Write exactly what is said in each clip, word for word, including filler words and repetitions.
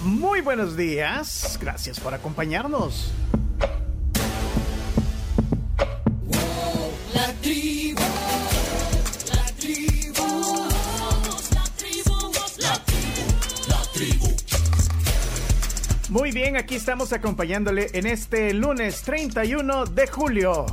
Muy buenos días, gracias por acompañarnos. La tribu, la tribu, la tribu, la tribu, la tribu. Muy bien, aquí estamos acompañándole en este lunes treinta y uno de julio.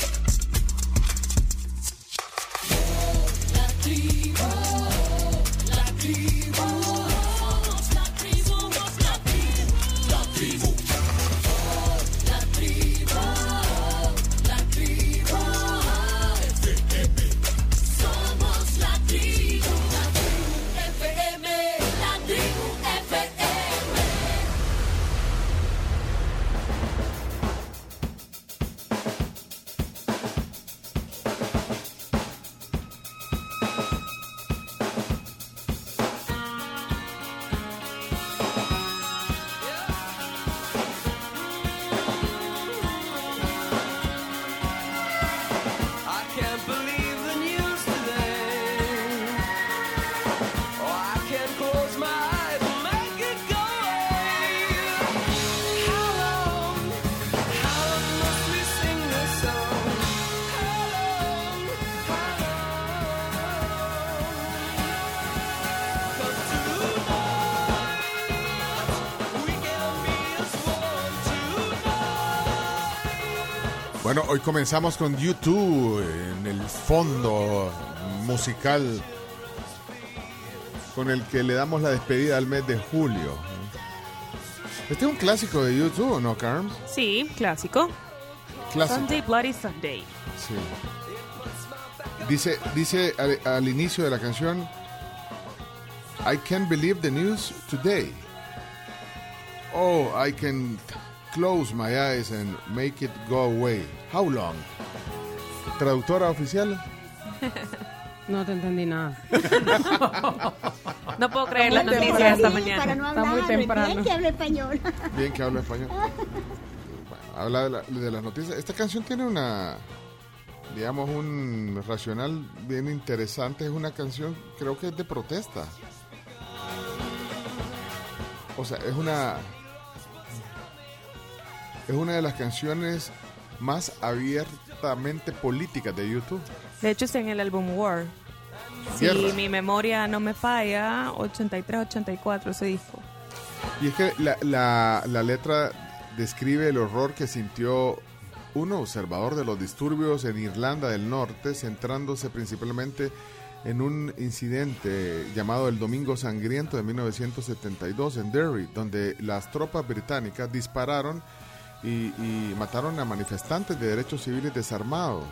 La tribu, la tribu, la tribu, la tribu, la tribu. La tribu, la tribu, F M. Somos la tribu, la tribu F M, la tribu F M. I can't believe the news today. Oh, I can't close my eyes and make it go away. How long, how long must we sing this song? How long, how long? 'Cause tonight we can be as one tonight. Bueno, hoy comenzamos con YouTube en el fondo musical con el que le damos la despedida al mes de julio. Este es un clásico de YouTube, ¿no, Carm? Sí, clásico. Clásico. Sunday Bloody Sunday. Sí. Dice, dice al, al inicio de la canción, I can't believe the news today. Oh, I can close my eyes and make it go away. How long? Traductora oficial. No te entendí nada. No puedo creer las Muy noticias temprano. esta Para mañana. no Está hablar, muy temprano. bien que hable español. Bien que habla español. Bueno, habla de, la- de las noticias. Esta canción tiene una, digamos, un racional bien interesante. Es una canción, creo que es de protesta. O sea, es una, es una de las canciones más abiertamente políticas de YouTube. De hecho, está en el álbum War. Si Guerra. mi memoria no me falla, ochenta y tres, ochenta y cuatro ese disco. Y es que la, la, la letra describe el horror que sintió un observador de los disturbios en Irlanda del Norte, centrándose principalmente en un incidente llamado el Domingo Sangriento de mil novecientos setenta y dos en Derry, donde las tropas británicas dispararon y, y mataron a manifestantes de derechos civiles desarmados.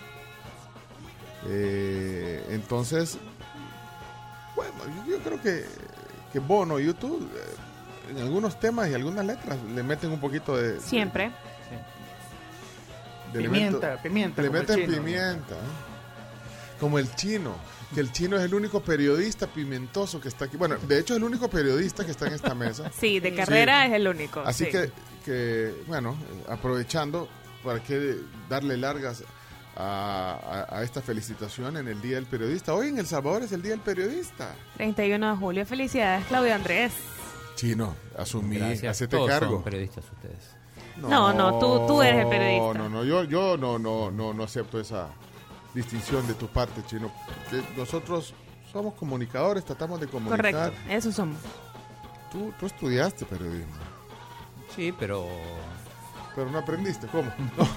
Eh, entonces, bueno, yo, yo creo que, que Bono y YouTube eh, en algunos temas y algunas letras le meten un poquito de... Siempre. de Pimienta, elemento- pimienta, Le como el meten chino. pimienta. ¿eh? Como el chino. Que el chino es el único periodista pimentoso que está aquí. Bueno, de hecho es el único periodista que está en esta mesa. Sí, de carrera es el único. Así sí. que, que, bueno, eh, aprovechando para que darle largas a, a- a esta felicitación en el Día del Periodista. Hoy en El Salvador es el Día del Periodista. treinta y uno de julio. Felicidades, Claudio Andrés. Chino, asumí, Gracias. hacete Todos cargo. son periodistas ustedes. No, no, tú- tú eres el periodista. No, no, yo, yo no, no, no, no acepto esa distinción de tu parte, Chino. Que nosotros somos comunicadores, tratamos de comunicar. Correcto, eso somos. Tú, tú estudiaste periodismo, Sí, pero... pero no aprendiste. ¿Cómo?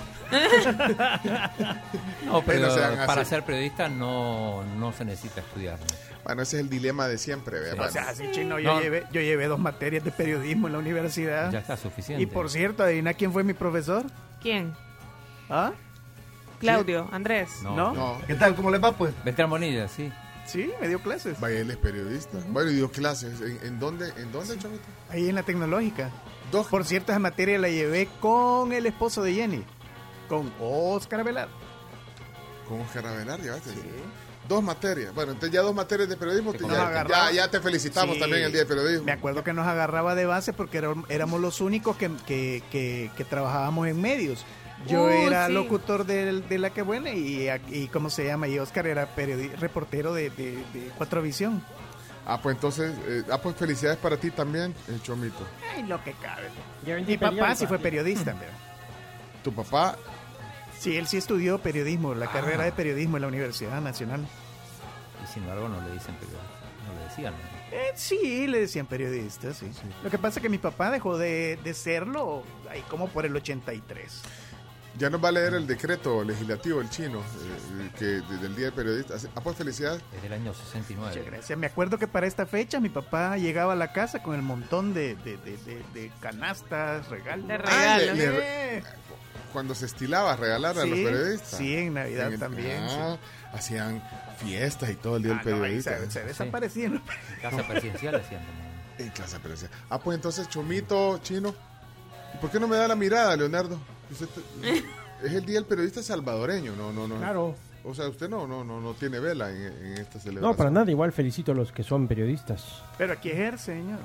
No, pero no sean así. para ser periodista no, no se necesita estudiar, ¿no? Bueno, ese es el dilema de siempre, ¿verdad? O sea, sí, chino, yo, No. llevé, yo llevé dos materias de periodismo en la universidad. Ya está suficiente. Y por cierto, adivina quién fue mi profesor. ¿Quién? ¿Ah? Claudio, Andrés. No. ¿No? No, ¿Qué tal? ¿Cómo les va, pues? Beltrán Bonilla, sí. Sí, me dio clases. vaya, él es periodista. Bueno, y dio clases. ¿En, en dónde, en dónde, Chavito? Ahí en la tecnológica. Dos. Por cierto, esa materia la llevé con el esposo de Jenny, con Oscar Velar. Con Oscar Avelar, llevaste. Dos materias. Bueno, entonces ya dos materias de periodismo. te- Nos ya, agarraba. ya, ya te felicitamos Sí. también el Día de Periodismo. Me acuerdo que nos agarraba de base porque era- éramos los únicos que, que, que, que trabajábamos en medios. Yo Uh, era sí. locutor de, de La Que Buena y, y ¿cómo se llama? Y Oscar era periodi- reportero de, de, de Cuatro Visión. Ah, pues entonces, eh, ah, pues felicidades para ti también, el Chomito. Ay, lo que cabe. Yo vendí Mi papá periódico. sí fue periodista, pero. Tu papá, Sí, él sí estudió periodismo, la Ah. carrera de periodismo en la Universidad Nacional. Y sin embargo no le dicen periodista. No le decían. ¿no? Eh, sí, le decían periodista, sí. Lo que pasa es que mi papá dejó de, de serlo ahí como por el ochenta y tres. ya nos va a leer el decreto legislativo, el chino, eh, que desde el Día del Periodista. Ah, pues felicidades. Es del año sesenta y nueve. Muchas gracias. Me acuerdo que para esta fecha mi papá llegaba a la casa con el montón de, de, de, de- de canastas, regalos. De Ah, regalos. le- le- Eh, Cuando se estilaba regalar a Sí, los periodistas. sí, en Navidad En el- también, ah, hacían fiestas y todo el Día ah, del no, ahí Periodista. se, se desaparecían. los Casa presidencial hacían también. En clase presencial. Ah, pues entonces, Chomito, chino. ¿Y por qué no me da la mirada, Leonardo? Usted te- es el Día del Periodista salvadoreño, no, no, no. Claro. O sea, usted no, no, no, no tiene vela en, en esta celebración. No, para nada. Igual felicito a los que son periodistas. Pero aquí ejerce, señor.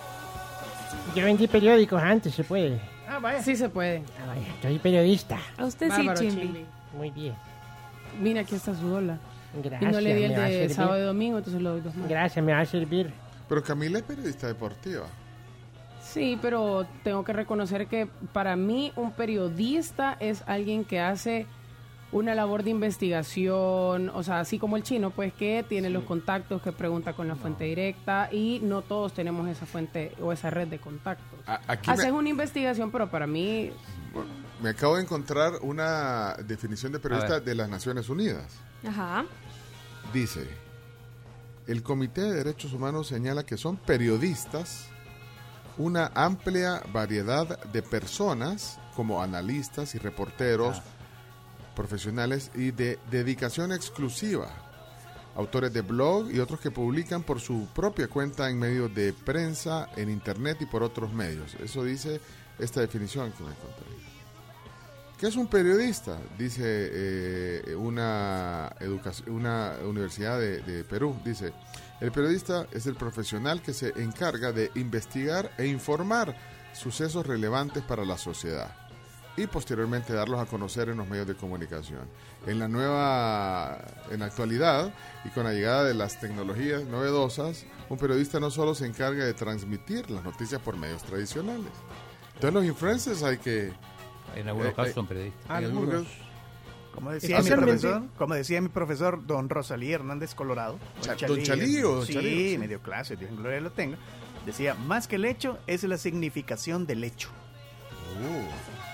Yo vendí periódicos antes, se puede. Ah, vaya. Sí se puede. Ah, vaya, soy periodista. A usted Bárbaro, sí, Chimbi. Chimbi. Muy bien. Mira, aquí está su dólar. Gracias. Y no le di el me va a de servir. sábado y domingo, entonces le doy dos más. Gracias, me va a servir. Pero Camila es periodista deportiva. Sí, pero tengo que reconocer que para mí un periodista es alguien que hace una labor de investigación, o sea, así como el chino, pues que tiene los contactos, que pregunta con la fuente directa y no todos tenemos esa fuente o esa red de contactos. A- aquí Haces me, una investigación, pero para mí me acabo de encontrar una definición de periodista ver. de las Naciones Unidas. Ajá. Dice, el Comité de Derechos Humanos señala que son periodistas una amplia variedad de personas como analistas y reporteros profesionales y de dedicación exclusiva, autores de blog y otros que publican por su propia cuenta en medios de prensa, en internet y por otros medios. Eso dice esta definición que me encontré. ¿Qué es un periodista? Dice eh, una, educación, una universidad de, de Perú. Dice, el periodista es el profesional que se encarga de investigar e informar sucesos relevantes para la sociedad y posteriormente darlos a conocer en los medios de comunicación. En la nueva, en la actualidad y con la llegada de las tecnologías novedosas, un periodista no solo se encarga de transmitir las noticias por medios tradicionales. Entonces los influencers hay que... En algunos Eh, casos eh, son periodistas. en algunos- Algunos. Como decía mi Especialmente- profesor, como decía mi profesor don Rosalí Hernández Colorado. Cha- don Chalío, don sí, Chalío, sí. me dio clase, Dios en gloria lo tenga. Decía, más que el hecho es la significación del hecho. Uh,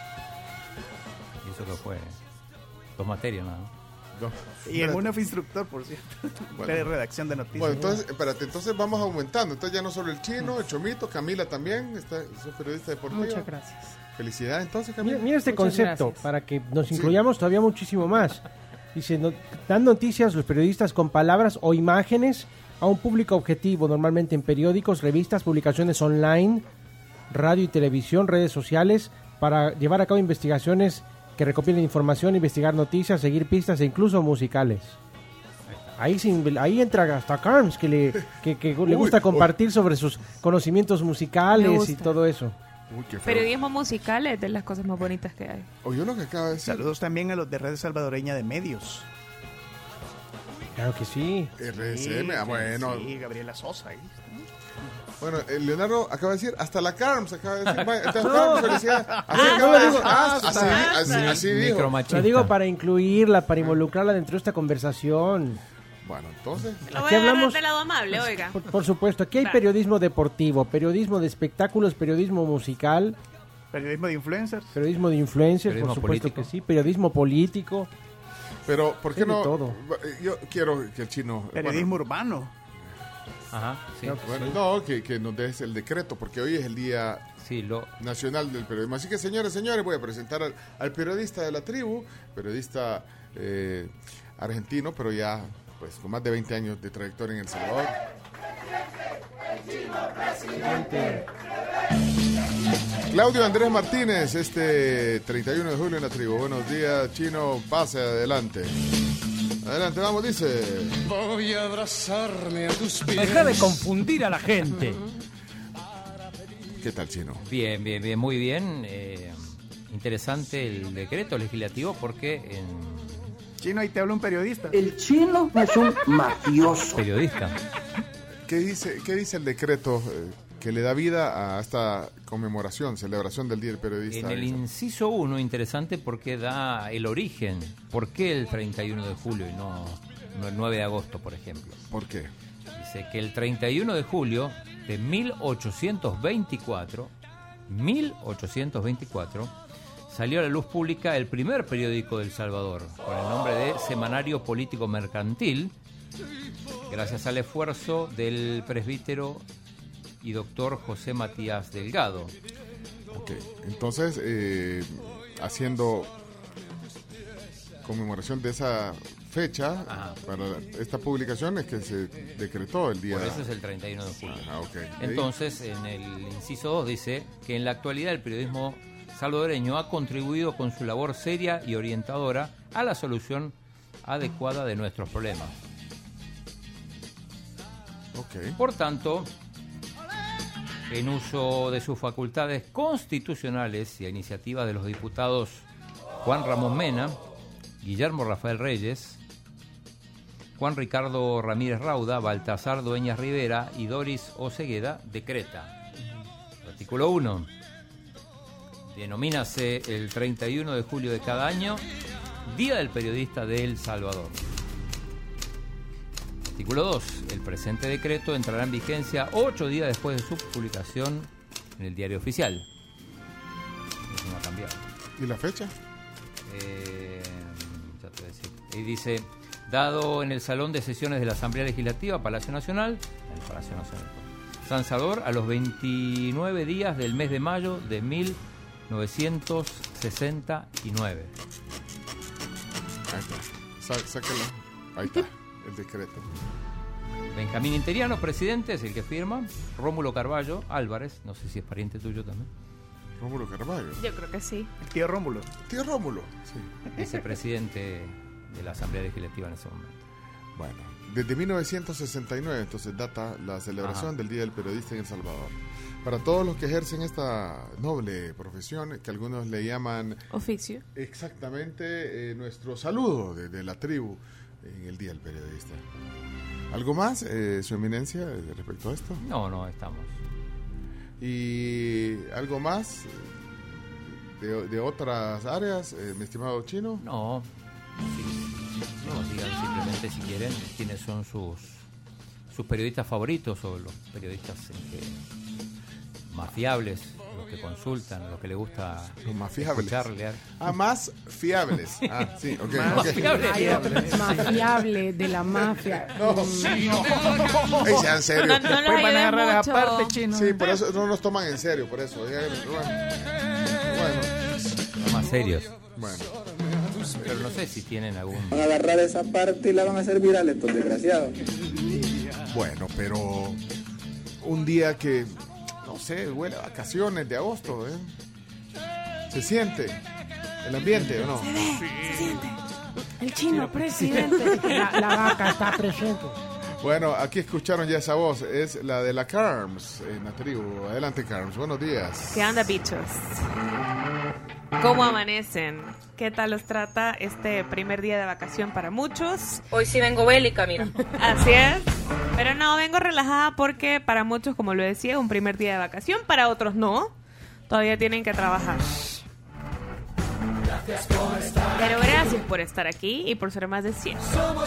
Y eso que fue dos materias nada más. no. Y en Espérate. una fue instructor, por cierto, Bueno. de redacción de noticias. Bueno, entonces, espérate, entonces vamos aumentando. Entonces ya no solo el chino, el chomito, Camila también, está, es periodista deportiva. muchas gracias. Felicidades entonces, Camila. Mira, mira este Muchas concepto, gracias. para que nos Sí. incluyamos todavía muchísimo más. Dice, no- dan noticias los periodistas con palabras o imágenes a un público objetivo, normalmente en periódicos, revistas, publicaciones online, radio y televisión, redes sociales, para llevar a cabo investigaciones que recopilen información, investigar noticias, seguir pistas e incluso musicales. Ahí, sin- ahí entra hasta Carms, que le, que, que le Uy, gusta uy. compartir sobre sus conocimientos Me musicales y gusta. todo eso. Uy, qué feo. Periodismo musical es de las cosas más bonitas que hay. Oyó lo que acaba de decir. Saludos también a los de Red Salvadoreña de Medios. Claro que sí. R S M, ah, Sí, bueno. Sí, Gabriela Sosa. ahí. Bueno, eh, Leonardo acaba de decir, hasta la Carms acaba de decir. Vaya, entonces, Carms, felicidades. Así Ah, acaba no, de digo, decir. Ah, así, hasta. así, así dijo. Micromachista. Lo digo para incluirla, para involucrarla dentro de esta conversación. Bueno, entonces, Lo Aquí voy a agarrar hablamos- del lado amable, oiga. Por, por supuesto, aquí hay Va. periodismo deportivo, periodismo de espectáculos, periodismo musical, Periodismo de influencers. periodismo de influencers, Periodismo por supuesto político. que sí, periodismo político. pero ¿por qué Hay de no? todo. Yo quiero que el chino. Periodismo bueno, urbano. Ajá, sí. Claro que bueno, sí. no, que, que nos des el decreto, porque hoy es el Día Sí, lo, Nacional del Periodismo. Así que, señores, señores, voy a presentar al, al periodista de la tribu, periodista eh, argentino, pero ya pues con más de veinte años de trayectoria en El Salvador. Claudio Andrés Martínez, este treinta y uno de julio en la tribu. Buenos días, chino, pase adelante. Adelante, vamos, dice. Voy a abrazarme a tus pies. Deja de confundir a la gente. ¿Qué tal, chino? bien, bien, bien, muy bien. Eh, interesante el decreto legislativo porque en Chino, ahí te habla un periodista. El chino es un mafioso. periodista. ¿Qué ¿qué dice, qué dice el decreto eh, que le da vida a esta conmemoración, celebración del Día del Periodista? En el inciso uno, interesante porque da el origen. ¿Por qué el treinta y uno de julio y no, no el nueve de agosto, por ejemplo? ¿Por qué? Dice que el treinta y uno de julio de mil ochocientos veinticuatro, mil ochocientos veinticuatro, salió a la luz pública el primer periódico de El Salvador, con el nombre de Semanario Político Mercantil, gracias al esfuerzo del presbítero y doctor José Matías Delgado. Ok, entonces, eh, haciendo conmemoración de esa fecha, Ajá. para esta publicación es que se decretó el día... Por eso es el treinta y uno de julio. Ah, okay. Entonces, en el inciso dos dice que en la actualidad el periodismo salvadoreño ha contribuido con su labor seria y orientadora a la solución adecuada de nuestros problemas. Okay. Por tanto, en uso de sus facultades constitucionales y a iniciativa de los diputados Juan Ramón Mena, Guillermo Rafael Reyes, Juan Ricardo Ramírez Rauda, Baltasar Dueñas Rivera y Doris Ocegueda, decreta. Artículo uno. Denomínase el treinta y uno de julio de cada año Día del Periodista de El Salvador. Artículo dos. El presente decreto entrará en vigencia ocho días después de su publicación en el Diario Oficial. Eso no ha cambiado. ¿Y la fecha? Eh, ya te voy a decir. Y dice, dado en el Salón de Sesiones de la Asamblea Legislativa, Palacio Nacional, en el Palacio Nacional, San Salvador, a los veintinueve días del mes de mayo de mil novecientos sesenta y nueve. Ahí está. Sá- sáquelo. Ahí está, el decreto. Benjamín Interiano, presidente, es el que firma. Rómulo Carballo Álvarez, no sé si es pariente tuyo también. Rómulo Carballo. Yo creo que sí. El tío Rómulo. Tío Rómulo. Sí. Vicepresidente de la Asamblea Legislativa en ese momento. Bueno, desde mil novecientos sesenta y nueve entonces data la celebración Ajá. del Día del Periodista en El Salvador. Para todos los que ejercen esta noble profesión, que algunos le llaman Oficio. exactamente eh, nuestro saludo de, de la tribu en el Día del Periodista. ¿Algo más, eh, su eminencia, eh, respecto a esto? No, no, estamos. ¿Y algo más de, de otras áreas, eh, mi estimado Chino? No, sí, no nos digan simplemente si quieren quiénes son sus sus periodistas favoritos o los periodistas en que más fiables, los que consultan, los que les gusta Los más fiables. escuchar, leer. Ah, más fiables. Ah, sí, ok. Más ok. fiables. Hay otros más fiables de la mafia. No, no. Ey, sean serios. No, no los Después van a ayudes agarrar esa mucho. parte, chino. Sí, por eso no nos toman en serio, por eso. Ya, Bueno, Los más serios. bueno. Pero no sé si tienen algún... Van a agarrar esa parte y la van a hacer viral estos desgraciados. Bueno, pero un día que, no sé, huele a vacaciones de agosto, ¿eh? Se siente el ambiente, ¿o no? Se siente. El chino presidente. La, la vaca está presente. Bueno, aquí escucharon ya esa voz, es la de la Carms en la tribu. Adelante, Carms, buenos días. ¿Qué onda, bichos? ¿Cómo amanecen? ¿Qué tal los trata este primer día de vacación para muchos? Hoy sí vengo bélica, mira. Así es. Pero no, vengo relajada porque para muchos, como lo decía, es un primer día de vacación. Para otros no. Todavía tienen que trabajar. Pero gracias por estar aquí y por ser más de cien.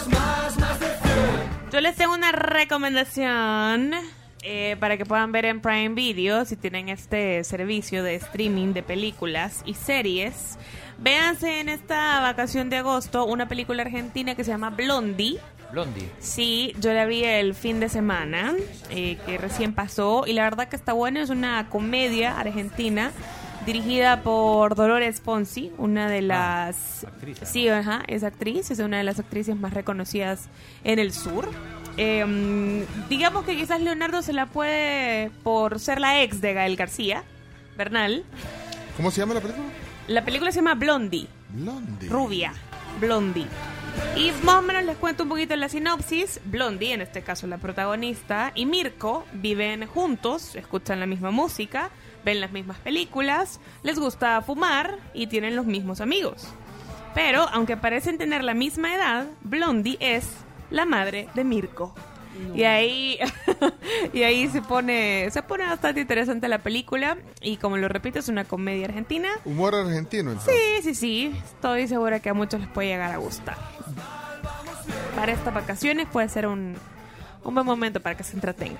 Yo les tengo una recomendación eh, para que puedan ver en Prime Video, si tienen este servicio de streaming de películas y series. Véanse en esta vacación de agosto una película argentina que se llama Blondie. Blondie. Sí, yo la vi el fin de semana, eh, que recién pasó, y la verdad que está buena. Es una comedia argentina dirigida por Dolores Fonsi, una de las... Ah, actriz, ¿no? Sí, ajá, es actriz, es una de las actrices más reconocidas en el sur. Eh, digamos que quizás Leonardo se la puede por ser la ex de Gael García Bernal. ¿Cómo se llama la película? La película se llama Blondie. Blondie. Rubia, Blondie. Y más o menos les cuento un poquito la sinopsis. Blondie, en este caso la protagonista, y Mirko viven juntos, escuchan la misma música, ven las mismas películas, les gusta fumar y tienen los mismos amigos. Pero, aunque parecen tener la misma edad, Blondie es la madre de Mirko. Y ahí y ahí se pone se pone bastante interesante la película y como lo repito es una comedia argentina. Humor argentino, entonces. Sí, sí, sí. Estoy segura que a muchos les puede llegar a gustar. Para estas vacaciones puede ser un, un buen momento para que se entretengan.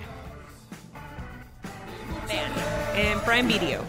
Vean, en Prime Video.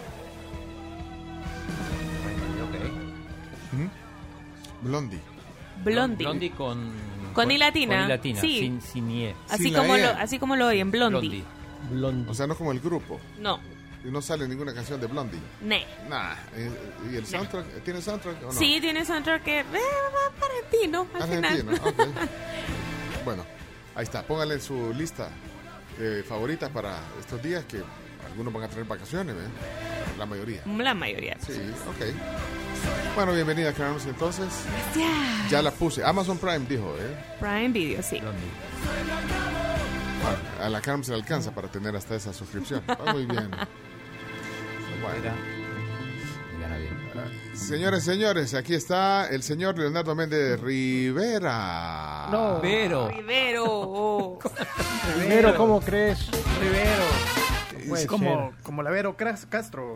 Blondie. Blondie. Blondie con... Con I latina. Con I latina, Sí. sin, sin I E. Así Sin la como E. lo así como lo oyen, Blondie. Blondie. Blondie. O sea, no como el grupo. No, Y no sale ninguna canción de Blondie. ne. Nah. eh, ¿Y el soundtrack? ¿Tiene soundtrack o no? Sí, tiene soundtrack que eh, va argentino al Argentino, final. ok. Bueno, ahí está. Póngale en su lista eh, favorita para estos días que algunos van a tener vacaciones, ¿eh? La mayoría. La mayoría. Sí, ok. Bueno, bienvenida, Carlos, entonces. Gracias. Ya la puse. Amazon Prime dijo, ¿eh? Prime Video, sí. Blondie. Bueno, a la Carmen se le alcanza para tener hasta esa suscripción. Ah, muy bien. Bueno. Y gana bien. Señores, señores, aquí está el señor Leonardo Méndez Rivera. No. Pero... Rivero. oh. Primero, ¿cómo crees? Rivero. Puede Es como, ser. como la Vero Cras- Castro.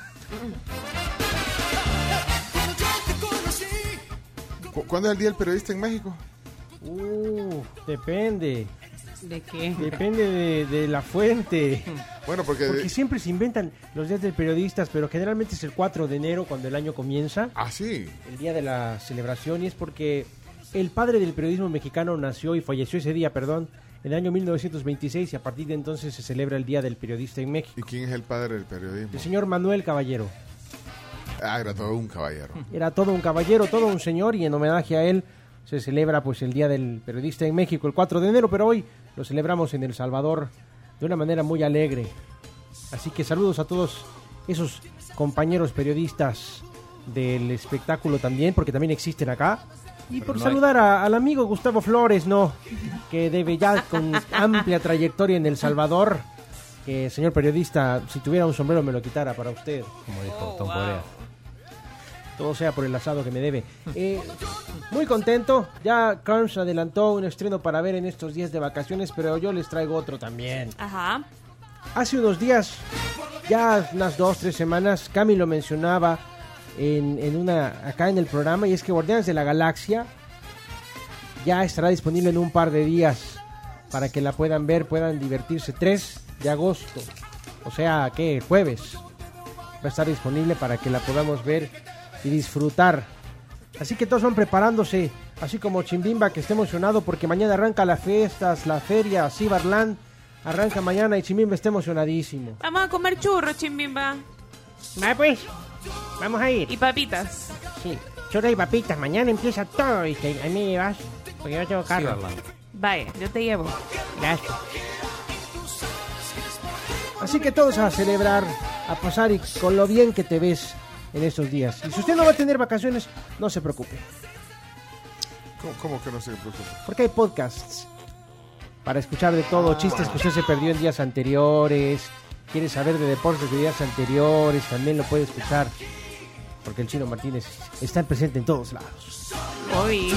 ¿Cu- ¿Cuándo es el Día del Periodista en México? Uh, depende. ¿De qué? Depende de, de la fuente. Bueno, porque... Porque siempre se inventan los días del periodista, pero generalmente es el cuatro de enero cuando el año comienza, Ah, sí. el día de la celebración, y es porque el padre del periodismo mexicano nació y falleció ese día, perdón, en el año mil novecientos veintiséis, y a partir de entonces se celebra el Día del Periodista en México. ¿Y quién es el padre del periodismo? El señor Manuel Caballero. Ah, era todo un caballero. Era todo un caballero, todo un señor, y en homenaje a él se celebra pues el Día del Periodista en México el cuatro de enero, pero hoy lo celebramos en El Salvador de una manera muy alegre. Así que saludos a todos esos compañeros periodistas del espectáculo también, porque también existen acá. Y Pero por no hay- saludar a- al amigo Gustavo Flores, ¿no? Que debe ya con amplia trayectoria en El Salvador. Que, señor periodista, si tuviera un sombrero me lo quitara para usted. Como dijo Oh, Tom wow. Corea. Todo sea por el asado que me debe. Eh, muy contento. Ya Carms adelantó un estreno para ver en estos días de vacaciones, pero yo les traigo otro también. Ajá. Hace unos días, ya unas dos, tres semanas, Cami lo mencionaba en, en una acá en el programa, y es que Guardianes de la Galaxia ya estará disponible en un par de días para que la puedan ver, puedan divertirse. tres de agosto, o sea, que jueves va a estar disponible para que la podamos ver y disfrutar. Así que todos van preparándose, así como Chimbimba, que está emocionado porque mañana arranca las fiestas, la feria, Cibarland arranca mañana, y Chimbimba está emocionadísimo. Vamos a comer churros, chimbimba. Ah, pues, vamos a ir. Y papitas. Sí, churros y papitas, mañana empieza todo, y a mí me llevas, porque yo tengo carro. Ciberland. Vaya, yo te llevo. Gracias. Así que todos a celebrar, a pasar, y con lo bien que te ves en estos días. Y si usted no va a tener vacaciones, no se preocupe, ¿Cómo, cómo que no se preocupa? porque hay podcasts para escuchar de todo, chistes que usted se perdió en días anteriores, quiere saber de deportes de días anteriores, también lo puede escuchar, porque el Chino Martínez está presente en todos lados. Hoy.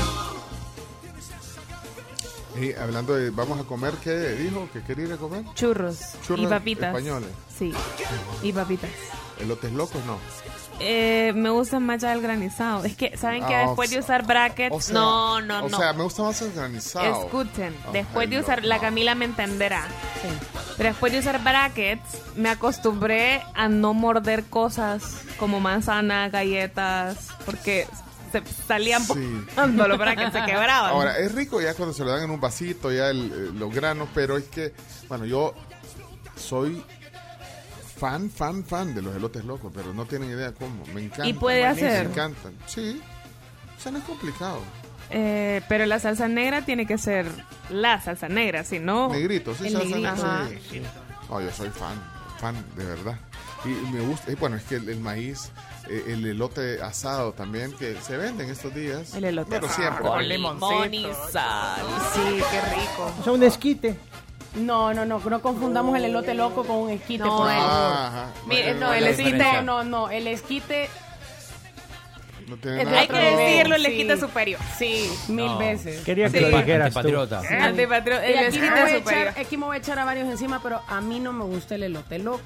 Y hablando de, vamos a comer, ¿qué dijo? ¿Que quería ir a comer? Churros. Churros y papitas. españoles. Sí. Y papitas. ¿Elotes locos? No. Eh, me gusta más ya el granizado. Es que, ¿saben que Ah, después o de sea- usar brackets? O sea, no, no, o no. sea, me gusta más el granizado. Escuchen, Ay, después de no, usar, la no. Camila me entenderá. Pero después de usar brackets, me acostumbré a no morder cosas como manzanas, galletas, porque se salían Sí. cuando los brackets se quebraban. Ahora, es rico ya cuando se lo dan en un vasito, ya el, eh, los granos, pero es que, bueno, yo soy fan, fan, fan de los elotes locos, pero no tienen idea cómo. Me encantan. ¿Y puede Me hacer? encantan. Sí. O sea, no es complicado. Eh, pero la salsa negra tiene que ser la salsa negra, si no... Negrito, sí, el salsa negrito. negra, Ajá. sí, sí. No, yo soy fan, fan de verdad. Y me gusta, eh, bueno, es que el, el maíz, eh, el elote asado también, que se vende en estos días. El elote Pero asado siempre. con ¿no? limón y sal. Sí, qué rico. O sea, un esquite. No, no, no, no confundamos el elote loco con un esquite, No, por el- favor. Ajá. Mire, Bueno, no, bueno, el El esquite- esquite, no, no, el esquite No tiene Es nada Hay que que ver. decirlo, le Sí. quita superior. Sí, mil No. veces. Quería que Sí. lo dijeras tú. Antipatriota. Antipatrio- Y el aquí, me esquite voy a superior. echar, aquí me voy a echar a varios encima, pero a mí no me gusta el elote loco.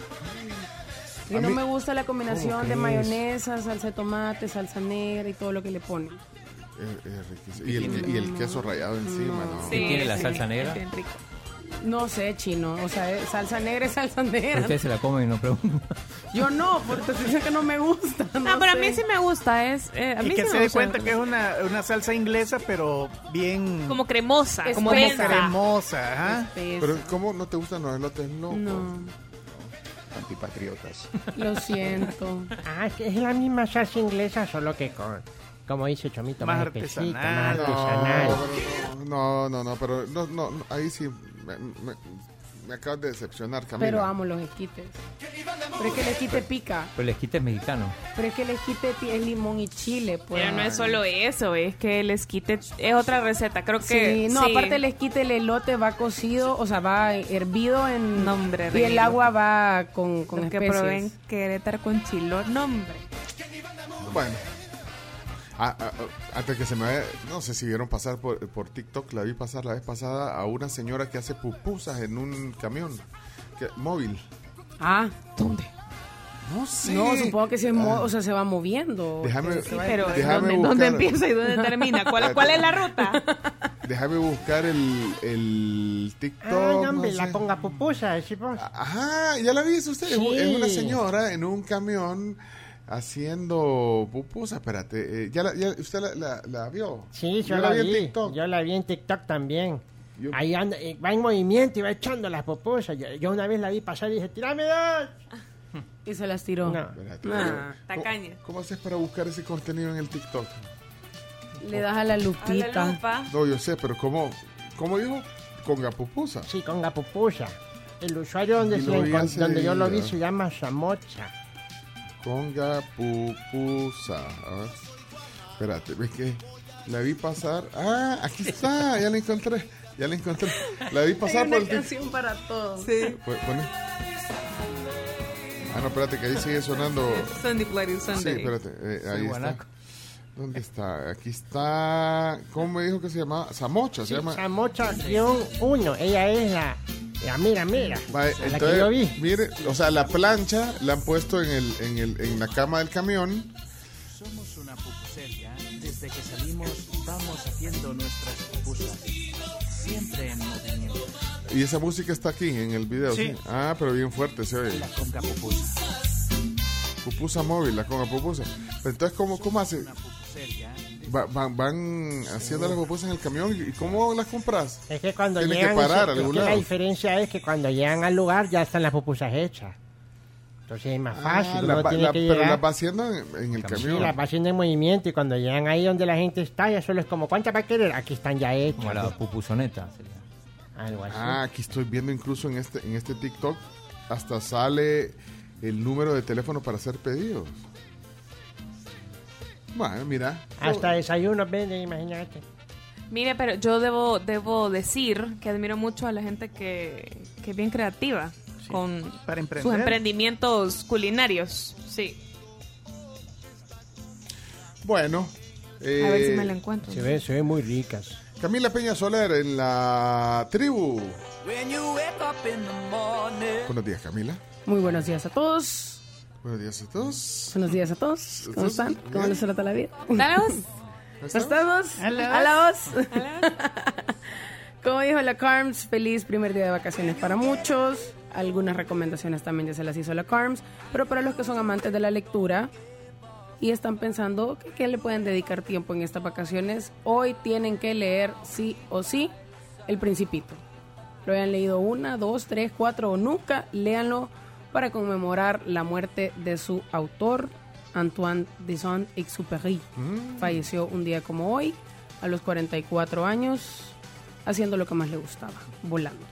Y A no mí- me gusta la combinación de crees? mayonesa, salsa de tomate, salsa negra y todo lo que le ponen. Es- es riquísimo. Y el, y el queso rallado encima, ¿no? ¿Qué tiene la sí, salsa negra? es bien rico. No sé, chino. O sea, es- salsa negra es salsa negra. Ustedes se la comen y no preguntan. Yo no, porque te dicen que no me gusta. No, No, pero a sé. mí sí me gusta. Es, eh, a Y mí que sí se me dé gusta. cuenta que es una, una salsa inglesa, pero bien Como cremosa, Es como espesa. densa. cremosa. Ajá. Espesa. Pero ¿cómo no te gustan los elotes locos? No, Antipatriotas. lo siento. Ah, es que es la misma salsa inglesa, solo que con, como dice Chomito, más, Más espesita, artesanal. más No, artesanal. pero no, no, no, pero no, no, no, ahí sí me, me, me acabas de decepcionar, Camila. Pero amo los esquites. Pero es que el esquite pica. Pero el esquite es mexicano. Pero es que el esquite ti- es limón y chile, pues. Pero no es solo eso, es que el esquite es otra receta. Creo Sí, que. no, sí. aparte el esquite, el elote va cocido, o sea, va hervido en... Nombre, y el rico. agua va con, con Los que especies. probé en Querétaro con chilo. Nombre. Bueno. Ah, ah, ah, antes que se me vaya, no sé si vieron pasar por, por TikTok, la vi pasar la vez pasada a una señora que hace pupusas en un camión que, móvil. Ah, ¿dónde? No sé. No, supongo que se, mo- Ah, o sea, se va moviendo. Déjame- Que se va- Pero Déjame ¿dónde, ¿dónde buscar. empieza y dónde termina? ¿Cuál, cuál es la ruta? Déjame buscar el, el TikTok. Ay, hombre, no la sé. conga pupusa, decimos. Ajá, ya la viste usted. Es un- Sí. Es una señora en un camión haciendo pupusas. Espérate, eh, ¿ya, la, ya usted la, la- la vio? Sí, yo, la vi. en TikTok. Yo la vi en TikTok también. Yo- Ahí anda, eh, va en movimiento y va echando las pupusas. Yo, yo una vez la vi pasar y dije, tirame dos. Y se las tiró. No. Espérate, Ah, ¿cómo- tacaña. ¿Cómo haces para buscar ese contenido en el TikTok? le das a la A lupita. la lupa. No, yo sé, pero ¿cómo, cómo dijo? Con pupusa. Sí, conga pupusa. El usuario donde, Y se lo vi encon- hace donde yo lo vi días. se llama Samocha. Conga pupusa. A ver. Espérate, ¿ves que la vi pasar? Ah, aquí está, ya la encontré. Ya la encontré. La vi pasar por el TikTok. canción para todos. Sí. Pon- pone. Ah, no, espérate, que ahí sigue sonando. Sunday Bloody Sí, Sunday. espérate, eh, ahí está. guanaco. ¿Dónde está? Aquí está. ¿Cómo me dijo que se llamaba? Samocha, se llama. Samocha uno. Ella es la, la mira, mira. Va, la entonces, que yo vi. mire, o sea, la plancha la han puesto en, el, en, el, en la cama del camión. Somos una pupusería. Desde que salimos vamos haciendo nuestras pupusas. Siempre en movimiento. Y esa música está aquí en el video, ¿sí? Sí. Ah, pero bien fuerte se oye. La conga pupusa. Pupusa móvil, la conga pupusa. Pero entonces, ¿cómo, cómo hace? Una pupusería. Va- van, van haciendo las pupusas en el camión y ¿cómo las compras? Es que cuando Tiene que llegan, parar a es algún que la lado. diferencia es que cuando llegan al lugar ya están las pupusas hechas. Entonces es más fácil, Ah, uno la no va- tiene la- que pero llegar. las va haciendo en, en el Sí, camión. las va haciendo en movimiento y cuando llegan ahí donde la gente está, ya solo es como, ¿cuántas va a querer? Aquí están ya hechas. Como la pupusoneta. sería. Algo así. Ah, aquí estoy viendo incluso en este, en este TikTok, hasta sale el número de teléfono para hacer pedidos. Bueno, mira. Hasta desayunos venden, imagínate. Mire, pero yo debo debo decir que admiro mucho a la gente que, que es bien creativa con Para sus emprender. emprendimientos culinarios. Sí. Bueno. A ver si eh, me la encuentro. Se ven, se ven muy ricas. Camila Peña Soler en la tribu. Buenos días, Camila. Muy buenos días a todos. Buenos días a todos. Buenos días a todos. ¿Cómo ¿Todos están? ¿Cómo bien? les trata la vida? Danos. ¿Cómo ¿Cómo estamos? A la voz. Como dijo la Carms, feliz primer día de vacaciones para muchos. Algunas recomendaciones también ya se las hizo la Carms. Pero para los que son amantes de la lectura y están pensando que, que le pueden dedicar tiempo en estas vacaciones, hoy tienen que leer sí o sí El Principito. Lo hayan leído una, dos, tres, cuatro o nunca, léanlo para conmemorar la muerte de su autor, Antoine de Saint-Exupéry. Falleció un día como hoy, a los cuarenta y cuatro años, haciendo lo que más le gustaba, volando.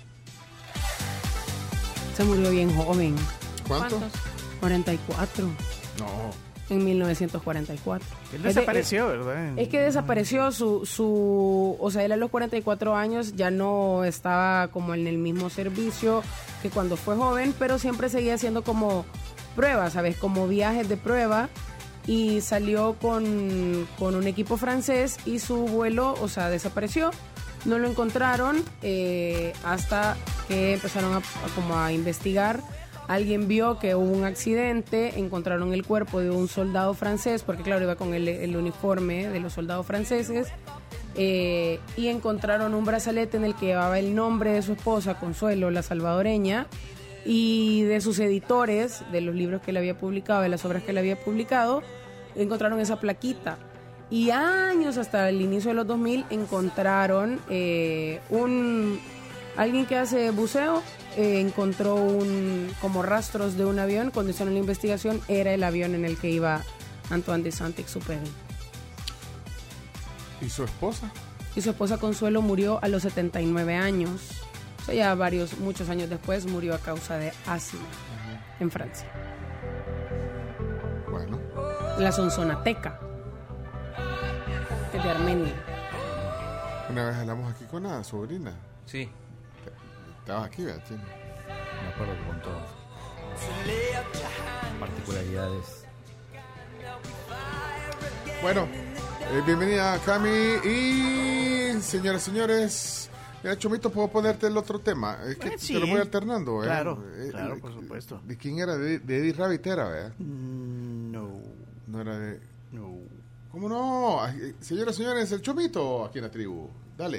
Se murió bien joven, ¿Cuánto? ¿Cuántos? cuarenta y cuatro, No. en mil novecientos cuarenta y cuatro. Él Es de- desapareció, ¿verdad? Es que desapareció su, su, o sea, él a los cuarenta y cuatro años ya no estaba como en el mismo servicio que cuando fue joven, pero siempre seguía haciendo como pruebas, ¿sabes? Como viajes de prueba y salió con, con un equipo francés y su vuelo, o sea, desapareció. No lo encontraron eh, hasta que empezaron a, a, como a investigar. Alguien vio que hubo un accidente, encontraron el cuerpo de un soldado francés, porque claro, iba con el, el uniforme de los soldados franceses, eh, y encontraron un brazalete en el que llevaba el nombre de su esposa, Consuelo, la salvadoreña, y de sus editores, de los libros que él había publicado, de las obras que él había publicado, encontraron esa plaquita. Y años, hasta el inicio de los dos mil, encontraron eh, un alguien que hace buceo, eh, encontró un como rastros de un avión. Cuando hicieron la investigación, era el avión en el que iba Antoine de Saint-Exupéry. ¿Y su esposa? Y su esposa Consuelo murió a los setenta y nueve años. O sea, ya varios, muchos años después, murió a causa de asma uh-huh. en Francia. Bueno. La Sonsonateca, de Armenia. Una vez hablamos aquí con la sobrina. Sí. Estabas aquí, ¿verdad? Sí. Me acuerdo que contó particularidades. Bueno, eh, bienvenida Cami y señoras y señores. Mira, Chomito, ¿puedo ponerte el otro tema? Es que eh, sí. te lo voy alternando, ¿eh? Claro, eh, claro, eh, por supuesto. ¿De quién era? De, de Eddie Rabbit era, ¿verdad? Mm, no. No era de... No. ¿Cómo no? Ay, señoras y señores, el Chomito aquí en la tribu. Dale.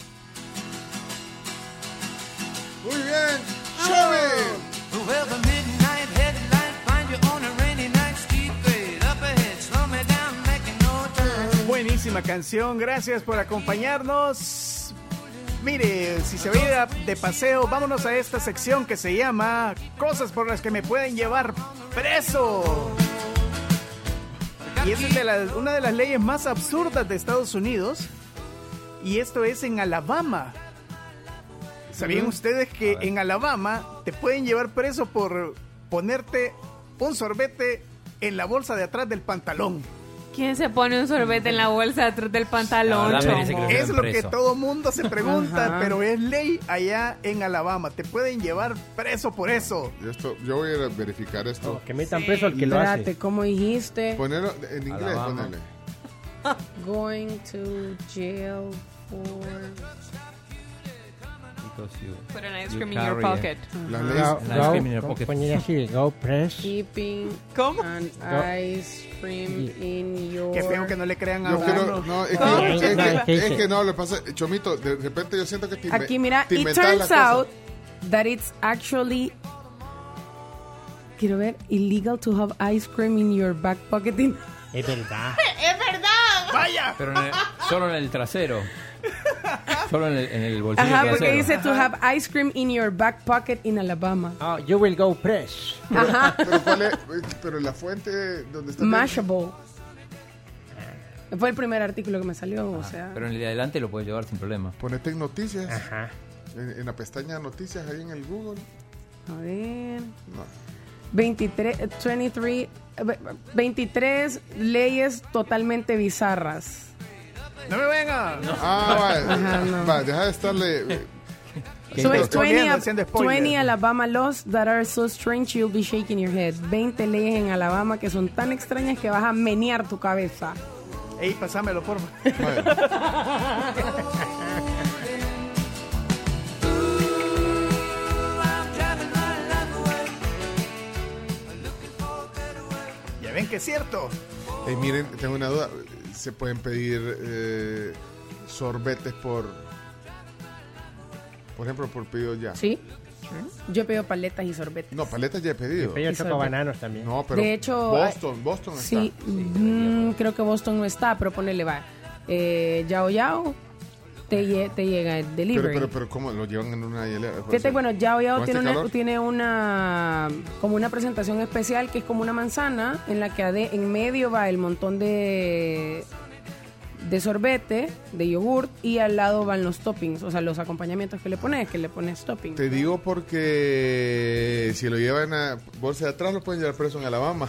Muy bien, Chomi. Well, the midnight headlight find you on a rainy night, steep grade up ahead, slow me down, making no time. Buenísima canción, gracias por acompañarnos. Mire, si se va a ir de paseo, vámonos a esta sección que se llama Cosas por las que me pueden llevar preso. Y esa es de la, una de las leyes más absurdas de Estados Unidos. Y esto es en Alabama. ¿Sabían ustedes que en Alabama te pueden llevar preso por ponerte un sorbete en la bolsa de atrás del pantalón? ¿Quién se pone un sorbete en la bolsa de atrás del pantalón, La verdad, Chomo? que Es lo que todo mundo se pregunta, Ajá. pero es ley allá en Alabama. Te pueden llevar preso por eso. Yo, esto, yo voy a ir a verificar esto. No, que metan preso al que lo Espérate, hace. ¿cómo dijiste? Ponerlo en inglés, Alabama. ponele. Going to jail for... Put an ice You cream in your carry pocket. Las Go, leyes... An ice cream in your go, pocket. poner así, go press. keeping ¿Cómo? an ice cream in your... Qué feo que no le crean a Yo quiero, uno. no, es ¿Cómo? que, es, que, ¿Qué es dice? que no, le pasa, Chomito, de repente yo siento que te inve- Aquí, mira, te it inventas las turns cosas. out that it's actually... Quiero ver, illegal to have ice cream in your back pocket. In... Es verdad. ¡Vaya! Pero en el- solo en el trasero. Solo en el, en el bolsillo Ajá, trasero. porque dice to have ice cream in your back pocket in Alabama. Oh, you will go press. Ajá. Pero, ¿cuál es? Pero la fuente donde está... Mashable. Fue el primer artículo que me salió, o sea... Pero en el de adelante lo puedes llevar sin problema. Ponete en noticias. Ajá. En, en la pestaña noticias ahí en el Google. A ver... No. veintitrés, veintitrés, veintitrés leyes totalmente bizarras. ¡No me venga! Ah, vale. Ajá, no. Va, deja de estarle... So it's Estoy twenty, haciendo spoiler. twenty Alabama laws that are so strange you'll be shaking your head. veinte leyes en Alabama que son tan extrañas que vas a menear tu cabeza. Ey, pasámelo, por favor. Vale. Ya ven que es cierto. Eh, miren, tengo una duda. ¿Se pueden pedir eh, sorbetes por... Por ejemplo, por pedido ya? ¿Sí? Yo he pedido paletas y sorbetes. No, paletas ya he pedido. Pero yo Y choco sorbete. bananos también. No, pero De hecho, Boston, Boston está. Sí, mm, creo que Boston no está, pero ponele va. Eh, Yao Yao te, lle- te llega el Pero, delivery. pero, pero, ¿cómo? ¿Lo llevan en una hielera? Fíjate, bueno, Yao Yao ¿Con tiene este una, calor? tiene una como una presentación especial que es como una manzana en la que ade- en medio va el montón de de sorbete, de yogurt, y al lado van los toppings, o sea, los acompañamientos que le pones, que le pones toppings. Te digo porque si lo llevan a bolsa de atrás lo pueden llevar preso en Alabama.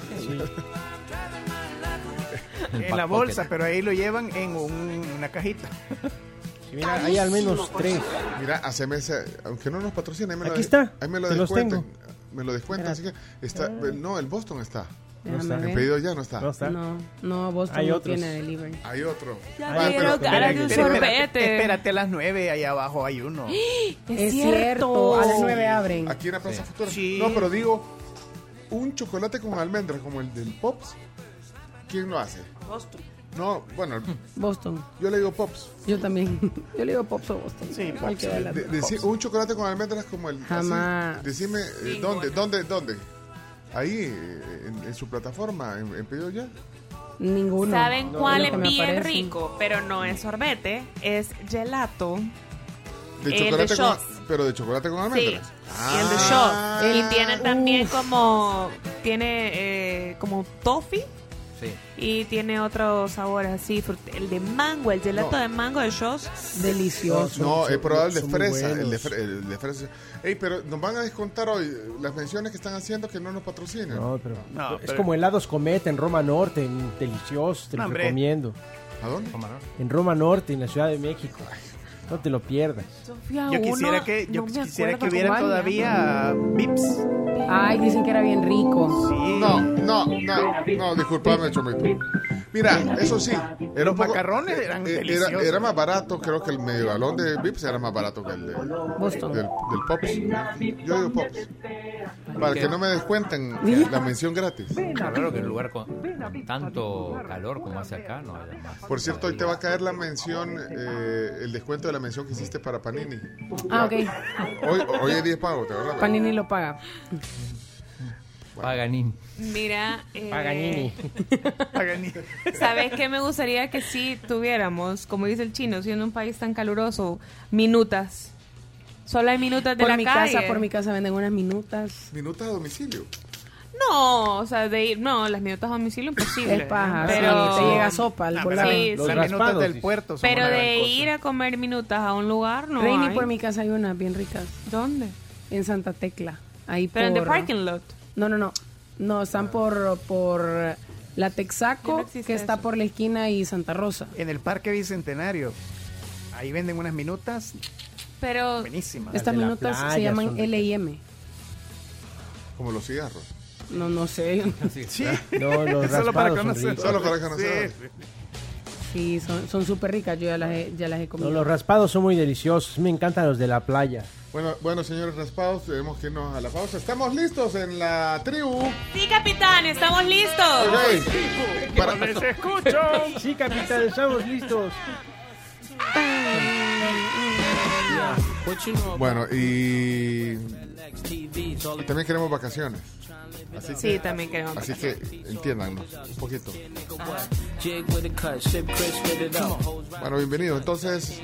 En la bolsa, pero ahí lo llevan en un- una cajita. Sí, mira, hay al menos tres. Mira, haceme ese, aunque no nos patrocina, ahí me lo Aquí de- está, ahí me lo te los descuentan. tengo. Me lo descuentan, así que está, no, el Boston está. Déjame está. En ver. pedido ya no está. No está. No, no, Boston Hay no otros. tiene delivery. Hay otro. Ya Va, quiero pero- cara de un Espérate, sorbete. Espérate a las nueve, ahí abajo hay uno. Es, Es cierto, a las nueve abren. Aquí en la Plaza Sí. Futura. Sí. No, pero digo, un chocolate con almendras como el del Pops, ¿quién lo hace? Boston. No, bueno, Boston. yo le digo Pops. Yo también. Yo le digo Pops o Boston. Sí, Cualquiera de las De- dos. deci- un chocolate con almendras como el. así. Jamás. Decime, eh, Ninguno. ¿dónde, dónde, dónde? Ahí, eh, en, en su plataforma, en, en pedido ya. Ninguno. ¿Saben No, cuál lo es que me bien aparece. rico? Pero no es sorbete, es gelato. De El de chocolate con, Shots. pero de chocolate con Sí, almendras. y el de Ah. Shots. Y tiene también uf. como, tiene eh, como toffee Sí. y tiene otros sabores así. frut- El de mango, el gelato No. de mango de Shots. Delicioso. No, Son- he probado el de son muy fresa. buenos. El de, fre- el de fresa. Ey, pero nos van a descontar hoy las menciones que están haciendo que no nos patrocinan. No, pero No, es pero- como helados Cometa en Roma Norte, en deliciosos, te No, los hombre. recomiendo. ¿A dónde? En Roma Norte, en la Ciudad de México. No te lo pierdas. Sofía, Yo uno, quisiera que, yo no me quisiera acuerdo que hubieran cuál, todavía Vips. Ay, dicen que era bien rico. Sí. No, no, no, no, disculpame, Chomito. Mira, eso sí, era Los un poco- macarrones eran eh, era, deliciosos. era más barato, creo que el medio galón de Vips era más barato que el de, Boston. del, del Pops. Yo digo Pops. Para que no me descuenten la mención gratis. Claro que en un lugar con tanto calor como hace acá, no hay más. Por cierto, hoy te va a caer la mención, eh, el descuento de la mención que hiciste para Panini. Ah, ok. Hoy, hoy hay diez pagos, ¿te acuerdas? Panini lo paga. Paganín. Mira, eh, Paganini. Pagani. ¿sabes qué me gustaría que sí tuviéramos? Como dice el chino, siendo un país tan caluroso, minutas. Solo hay minutas de Por la mi calle. casa, por mi casa venden unas minutas. Minutos a domicilio. No, o sea, de ir, no, las minutas a domicilio imposible. Es paja, pero sí, te llega sopa al No, volar. sí, Los las minutas raspados, del sí. puerto son pero una de gran cosa. ir a comer minutas a un lugar no Reini, hay. por mi casa hay unas bien ricas. ¿Dónde? En Santa Tecla. Ahí Pero en por... the parking lot. No, no, no. No, están por, por la Ya Texaco, no existe que está eso. por la esquina y Santa Rosa. En el Parque Bicentenario. Ahí venden unas minutas Pero buenísimas. Estas de la minutas playa se llaman son L I M. Como los cigarros. No, no sé. Sí. No, los Solo para raspados son conocer. ricos. Solo para conocer. Sí. Sí, son son súper ricas. Yo ya las he, ya las he No, comido. los raspados son muy deliciosos. Me encantan los de la playa. Bueno, bueno, señores raspados, tenemos que irnos a la pausa. Estamos listos en la tribu. sí, capitán, estamos listos. Ok. Para- Les escucho. Sí, capitán, estamos listos. Bueno, y... y también queremos vacaciones. Así que, Sí, también queremos. así que entiéndanos un poquito. Bueno, bienvenido entonces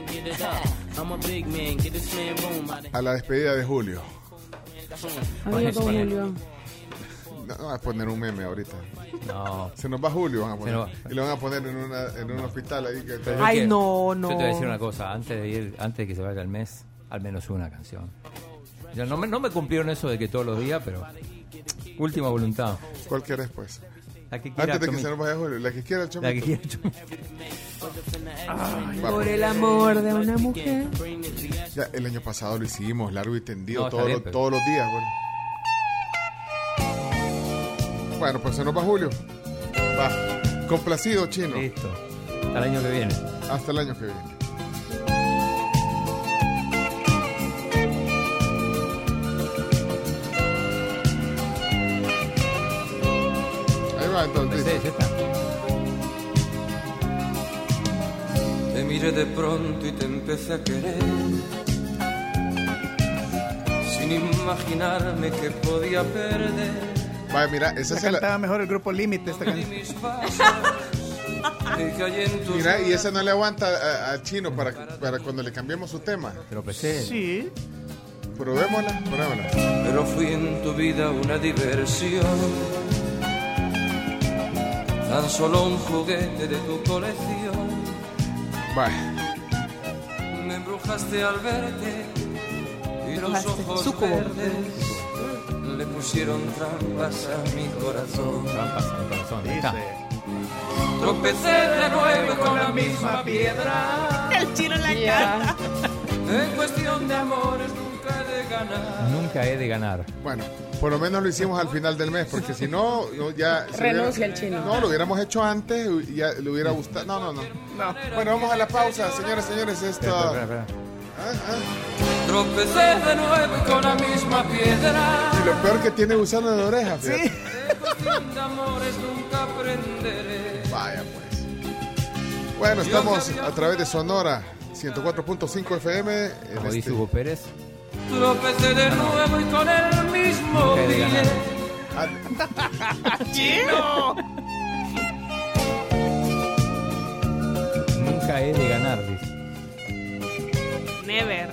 a la despedida de Julio. Adiós, don Julio. No, no, va a poner un meme ahorita. No. Se nos va Julio, van a poner. Se nos va. Y lo van a poner en, una, en un hospital ahí. Que, Pero yo Ay, quiero- no, no. Yo te voy a decir una cosa, antes de ir, antes de que se vaya el mes, al menos una canción. Ya no me, no me cumplieron eso de que todos los días, pero última voluntad. ¿Cuál querés, pues? La que quiera, Antes de que Chomito. se nos vaya Julio, la que quiera el chomito. La que quiera, Chomito. Va, Por pues. el amor de una mujer. Ya, el año pasado lo hicimos, largo y tendido, No, está todos, bien, los- pero- todos los días. Bueno. Bueno, pues se nos va Julio. Va. Complacido, chino. Listo. Hasta el año que viene. Hasta el año que viene. Ahí va entonces. Sí, ya está. Te miré de pronto y te empecé a querer, sin imaginarme que podía perder. Vaya, mira, esa Se se la... cantaba mejor el grupo Límite esta Di canción. mis pasos y caí en tus Mira, y esa no le aguanta a- al chino para, para cuando le cambiemos su tema. Te lo pesé. Sí. Probémosla, probémosla. pero fui en tu vida una diversión, tan solo un juguete de tu colección. Vaya. Me embrujaste al verte y tus Embrujaste. ojos Súcubo. verdes le pusieron trampas a mi corazón. Trampas en el corazón. Ahí está. Tropecé de nuevo con la misma piedra. El chino en la cara. En cuestión de amores nunca he de ganar. Nunca he de ganar. Bueno, por lo menos lo hicimos al final del mes, porque si no, no ya... si Renuncia hubiera- el chino. No, lo hubiéramos hecho antes y ya le hubiera gustado. No, no, no. no. Bueno, vamos a la pausa, señores, señores. Esto... Espera, espera, espera. Ah, ah. Tropecé de nuevo y con la misma piedra. Y lo peor que tiene gusano de oreja, fíjate. De cuestión de amores nunca aprenderé. Vaya pues. Bueno, estamos a través de Sonora ciento cuatro punto cinco F M. en Como dice este- Hugo Pérez. Tropecé de nuevo y con el mismo Nunca he de pie. ganar. ¡Chino! Nunca he de ganar, dice. Never.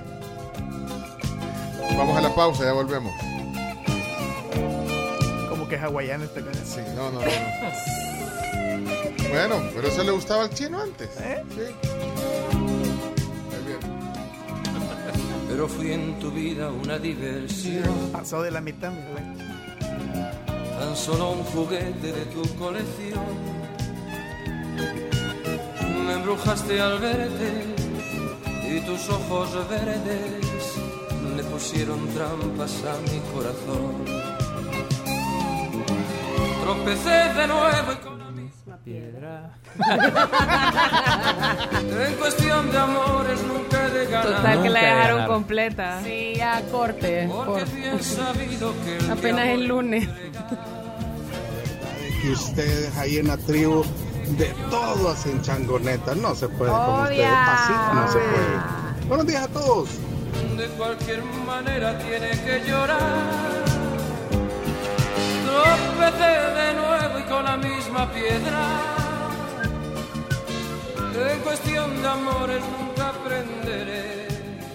Vamos a la pausa, ya volvemos. Como que hawaiana esta canción. Sí, no, no, no. no. Bueno, pero eso le gustaba al chino antes. ¿Eh? Sí. Muy bien. Pero fui en tu vida una diversión. Pasó de la mitad, mi güey. Tan solo un juguete de tu colección. Me embrujaste al verte y tus ojos verdes le pusieron trampas a mi corazón. Tropecé de nuevo y con la misma Piedra. En cuestión de amores nunca he de ganar. Total que la Nunca he de dejaron ganar. completa. Sí, ya corte. Porque por- bien sabido que el Apenas diablo el lunes. Que ustedes ahí en la tribu de todo hacen changoneta. No se puede con ustedes. Así no se puede. Buenos días a todos. de cualquier manera tiene que llorar. Tropecé de nuevo y con la misma piedra. En cuestión de amores nunca aprenderé.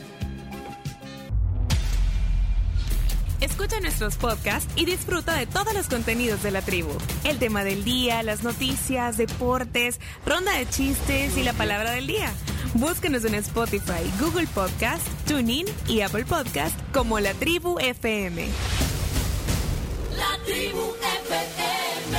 Escucha nuestros podcasts y disfruta de todos los contenidos de la tribu. El tema del día, las noticias, deportes, ronda de chistes y la palabra del día. Búscanos en Spotify, Google Podcast, TuneIn y Apple Podcast como La Tribu F M. La Tribu F M.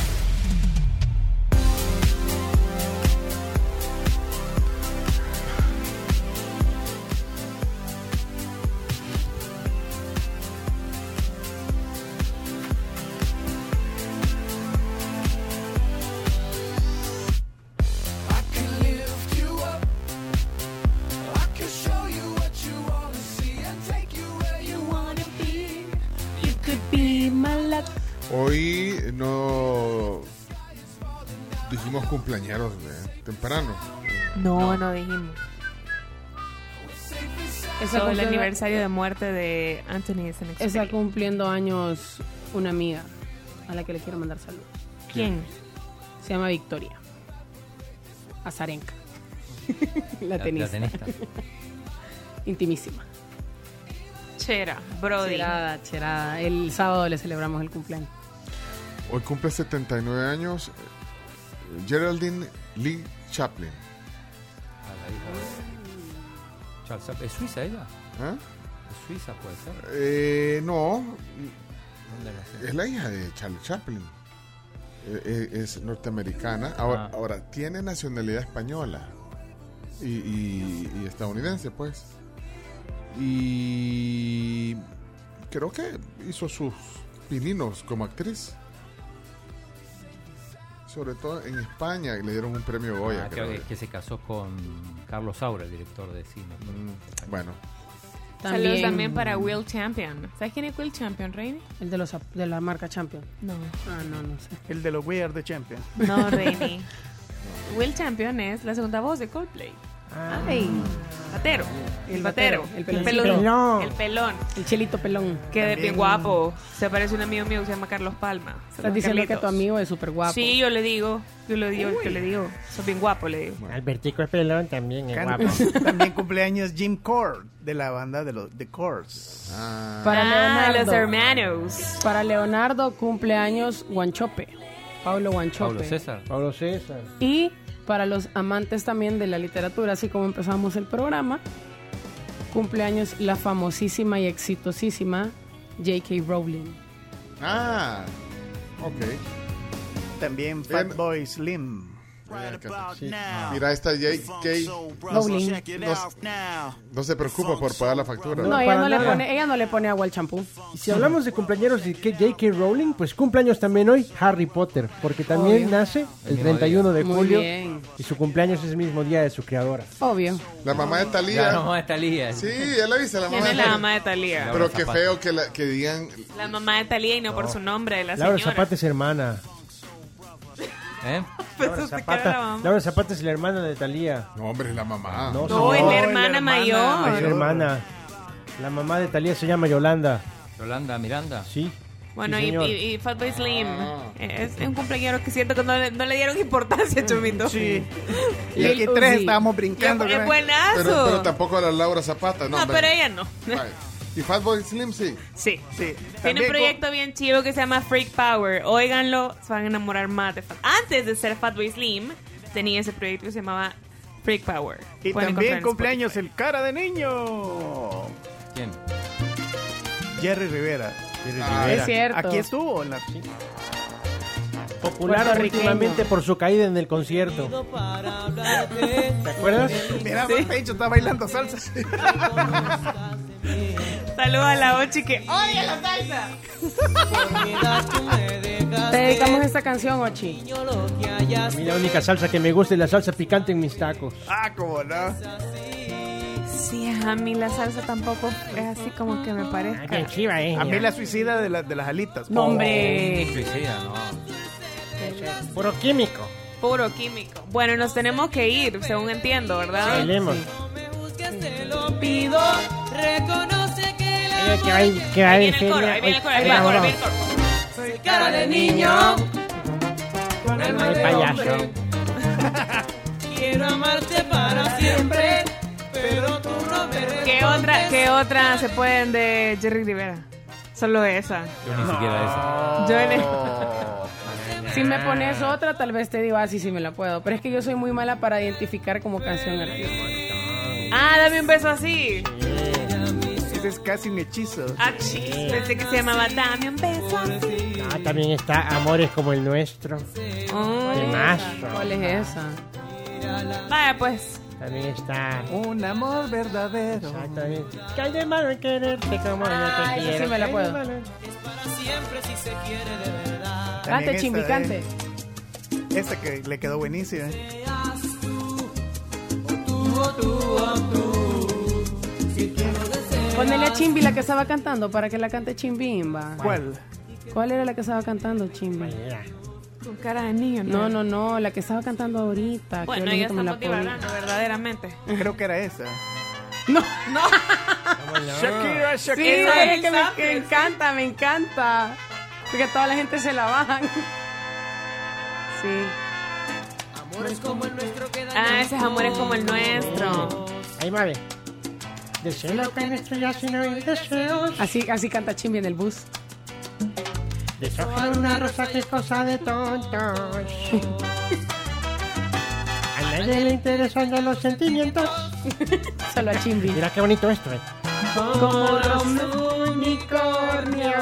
Hoy no dijimos cumpleañeros eh, temprano. No, no dijimos. Esa Sobre el cumple- aniversario de muerte de Anthony Senex. Está cumpliendo años una amiga a la que le quiero mandar saludos. ¿Quién? Se llama Victoria Azarenka. La La- tenista. la tenista. Intimísima. Chera, Brody. Cherada, cherada. El sábado le celebramos el cumpleaños. Hoy cumple setenta y nueve años eh, Geraldine Lee Chaplin. A la hija de Charles Chaplin. ¿Es suiza ella? ¿Eh? ¿Es suiza puede ser? Eh, no, ¿Dónde nació? es la hija de Charles Chaplin. Eh, eh, es norteamericana. Ahora, Ah. ahora tiene nacionalidad española y, y- y estadounidense, pues. Y creo que hizo sus pininos como actriz. Sobre todo en España le dieron un premio Goya. Ah, creo. creo que, que se casó con Carlos Saura, el director de cine. Mm, bueno, Saludos también para Will Champion. ¿Sabes quién es Will Champion, Reini? El de, los, ap- de la marca Champion. No. Ah, no, no sé. El de los We Are the Champion. No, Reini. Will Champion es la segunda voz de Coldplay. Ay, batero. El batero. El El peloncito. pelón. El pelón. El chelito pelón. Que de También- bien guapo. Se parece a un amigo mío que se llama Carlos Palma. Estás diciendo que tu amigo es súper guapo. Sí, yo le digo. Yo le digo, yo le digo. Sos bien guapo, le digo. Albertico el pelón también es Can- guapo. También cumpleaños Jim Cord, de la banda de los The Corrs. Para Ah, Leonardo. los hermanos. Para Leonardo cumpleaños Guanchope. Pablo Guanchope. Pablo César. Pablo César. Y para los amantes también de la literatura, así como empezamos el programa, cumpleaños la famosísima y exitosísima J K Rowling. ah, ok. También Fatboy Slim. Sí. Mira, esta J K Rowling. no, no se preocupa por pagar la factura. No, No, ella para no, le nada. pone, ella no le pone agua al champú. Y si hablamos de cumpleaños de J K Rowling, pues cumpleaños también hoy Harry Potter, porque también Obvio. nace el mismo treinta y uno de Muy julio bien. y su cumpleaños es el mismo día de su creadora. Obvio. La mamá de Talía. La mamá de Talía. Sí, ya la viste, la mamá ¿Quién de es la Talía. mamá de Talía? Pero qué feo que, la, que digan. La mamá de Talía y no, por su nombre de la Laura señora. Zapata es hermana. ¿Eh? Laura Pensé que era la Zapata, mamá. Laura Zapata es la hermana de Talía. No, hombre, es la mamá. No, No, es señor. la hermana mayor. Es hermana. La mamá de Talía se llama Yolanda. Yolanda Miranda. Sí. Bueno, Sí, y, señor. y, y Fatboy Slim. Es, es un cumpleaños que siento que no le, no le dieron importancia, Chomito. Sí. Y Y aquí el tres Uzi. estábamos brincando. Es ¿verdad? buenazo. Pero, pero tampoco a la Laura Zapata, no. no, hombre. pero ella no. Vale. Y Fatboy Slim, sí. Sí. Sí. Tiene También un proyecto bien chivo que se llama Freak Power. Óiganlo, se van a enamorar más de Fat. Antes de ser Fatboy Slim, tenía ese proyecto que se llamaba Freak Power. Y Pueden encontrar también en cumpleaños el cara de niño. ¿Quién? Jerry Rivera. Jerry Ah, Rivera. Es cierto. Aquí estuvo. En la... Popular Puertorriqueño. últimamente por su caída en el concierto. ¿Te acuerdas? Mira, Sí. Pecho está bailando salsa. Saludos a la Ochi que odia la salsa. Te dedicamos esta canción, Ochi. A mí la única salsa que me gusta es la salsa picante en mis tacos. Ah, cómo no. Sí, a mí la salsa tampoco es así como que me parezca. chiva, eh. A mí la suicida de, la- de las alitas. No, hombre. Suicida, no. Puro químico. Puro químico. Bueno, nos tenemos que ir, según entiendo, ¿verdad? Bailemos. Pido, reconoce que la Eh, que hay, que hay Ahí viene el coro, ahí viene el coro, ahí viene el coro, ahí viene el coro. soy cara de niño. Con Ay, alma de payaso. hombre. Quiero amarte para siempre, pero tú no me ¿Qué otra, ¿Qué otra se pueden de Jerry Rivera? Solo esa. Yo ni siquiera esa. Yo en Si me pones otra, tal vez te digo, ah, sí, sí me la puedo. Pero es que yo soy muy mala para identificar como canción artista. Ah, dame un beso así. Ese es casi un hechizo. Ah, chis. Pensé que se llamaba Dame un beso así. Ah, también está Amores como el nuestro. Oh. Temazo. ¿Cuál es esa? Vaya, pues. También está. Un amor verdadero. Exactamente. ¿Qué hay de malo en quererte como yo Ah, te esa quiero? sí me la ¿Qué hay de puedo. malo? para siempre si se quiere de verdad. Cante, También Chimbi, esta de- cante. Esta que le quedó buenísima. Ponele a Chimbi la que estaba cantando para que la cante Chimbimba. ¿Cuál? ¿Cuál era la que estaba cantando, Chimbi? Con cara de niño, No, no, no, la que estaba cantando ahorita. que Bueno, yo ya nunca me la estamos podía- divagando, verdaderamente. Creo que era esa. No, No. Shakira, sí, Shakira. es que me, me encanta, me encanta. Porque toda la gente se la bajan. Sí. Amores como el nuestro que Ah, ese amor es como el nuestro. Ahí va, ve. Deseo lo que estrellas y no hay deseos. Así, así canta Chimbi en el bus. Deshojar una rosa que es cosa de tontos. A nadie le interesan ya los sentimientos. Solo a Chimbi. Mira qué bonito esto, eh. Como los unicornios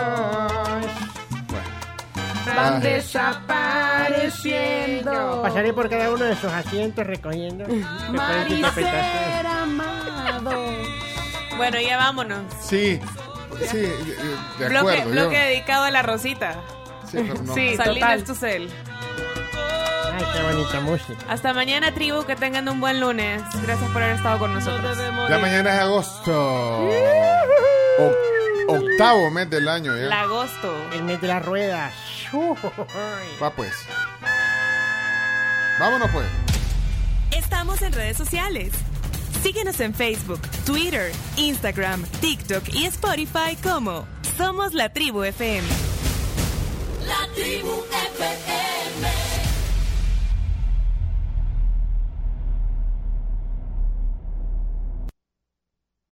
van desapareciendo. Pasaré por cada uno de sus asientos recogiendo. Maricer amado. Bueno, ya vámonos. Sí, sí, de, de Bloque, acuerdo. yo- bloque dedicado a la Rosita. sí, pero no. Sí, Salinas total. Tucel. Ay, qué bonita música. Hasta mañana, tribu. Que tengan un buen lunes. Gracias por haber estado con nosotros. Ya mañana es agosto. O- octavo mes del año ya. La agosto. El mes de las ruedas. Va pues. Vámonos pues. Estamos en redes sociales. Síguenos en Facebook, Twitter, Instagram, TikTok y Spotify como Somos la Tribu F M. La tribu F M.